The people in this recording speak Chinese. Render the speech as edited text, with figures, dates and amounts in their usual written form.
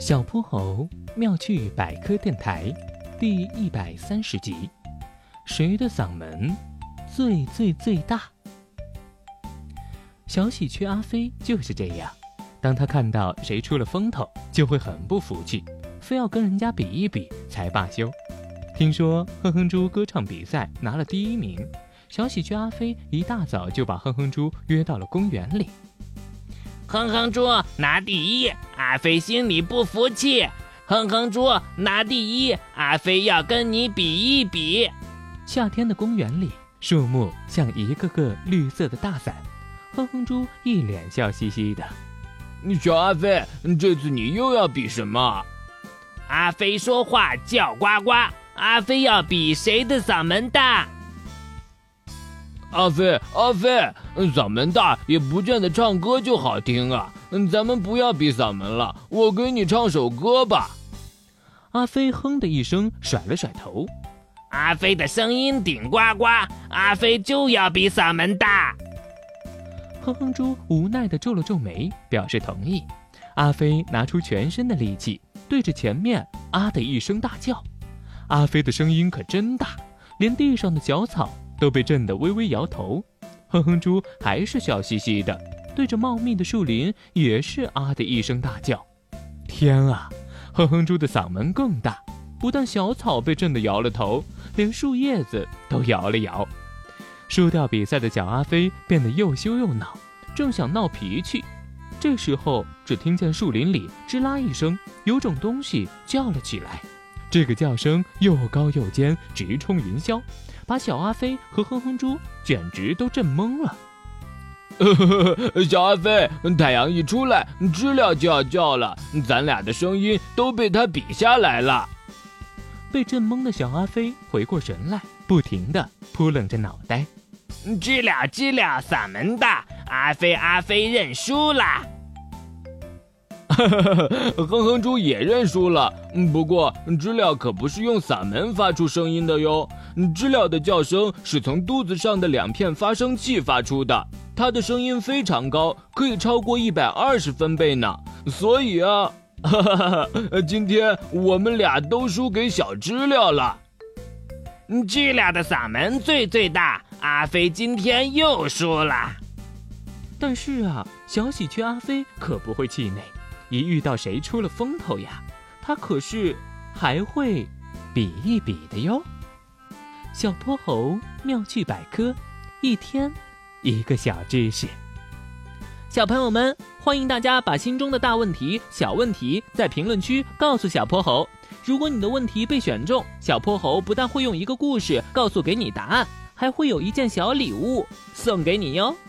小泼猴妙趣百科电台第130集，谁的嗓门最大？小喜鹊阿飞就是这样，当他看到谁出了风头，就会很不服气，非要跟人家比一比才罢休。听说哼哼猪歌唱比赛拿了第1名，小喜鹊阿飞一大早就把哼哼猪约到了公园里。 哼哼猪拿第1，阿飞心里不服气。哼哼猪拿第1，阿飞要跟你比一比。 夏天的公园里，树木像一个个绿色的大伞，哼哼猪一脸笑嘻嘻的。 小阿飞，这次你又要比什么？ 阿飞说话叫呱呱，阿飞要比谁的嗓门大。 阿飞，嗓门大也不见得唱歌就好听啊！咱们不要比嗓门了，我给你唱首歌吧。 阿飞哼的一声，甩了甩头。 阿飞的声音顶呱呱，阿飞就要比嗓门大。 哼哼猪无奈地皱了皱眉，表示同意。阿飞拿出全身的力气，对着前面啊的一声大叫。阿飞的声音可真大，连地上的小草都被震得微微摇头。哼哼猪还是笑嘻嘻的，对着茂密的树林也是啊的一声大叫。天啊，哼哼猪的嗓门更大，不但小草被震得摇了头，连树叶子都摇了摇。输掉比赛的小阿飞变得又羞又恼，正想闹脾气，这时候只听见树林里吱啦一声，有种东西叫了起来。这个叫声又高又尖，直冲云霄，把小阿飞和哼哼猪简直都震懵了。 小阿飞，太阳一出来，知了就要叫了，咱俩的声音都被他比下来了。 被震懵的小阿飞回过神来，不停地扑棱着脑袋。 知了嗓门大，阿飞认输啦。 哼哼猪也认输了，不过知了可不是用嗓门发出声音的哟。知了的叫声是从肚子上的2片发声器发出的，它的声音非常高，可以超过120分贝呢。所以啊，今天我们俩都输给小知了了。 知了的嗓门最大，阿飞今天又输了。 但是啊，小喜鹊阿飞可不会气馁，一遇到谁出了风头呀，他可是还会比一比的哟。小泼猴妙趣百科，一天一个小知识。小朋友们，欢迎大家把心中的大问题、小问题在评论区告诉小泼猴。如果你的问题被选中，小泼猴不但会用一个故事告诉给你答案，还会有一件小礼物送给你哟。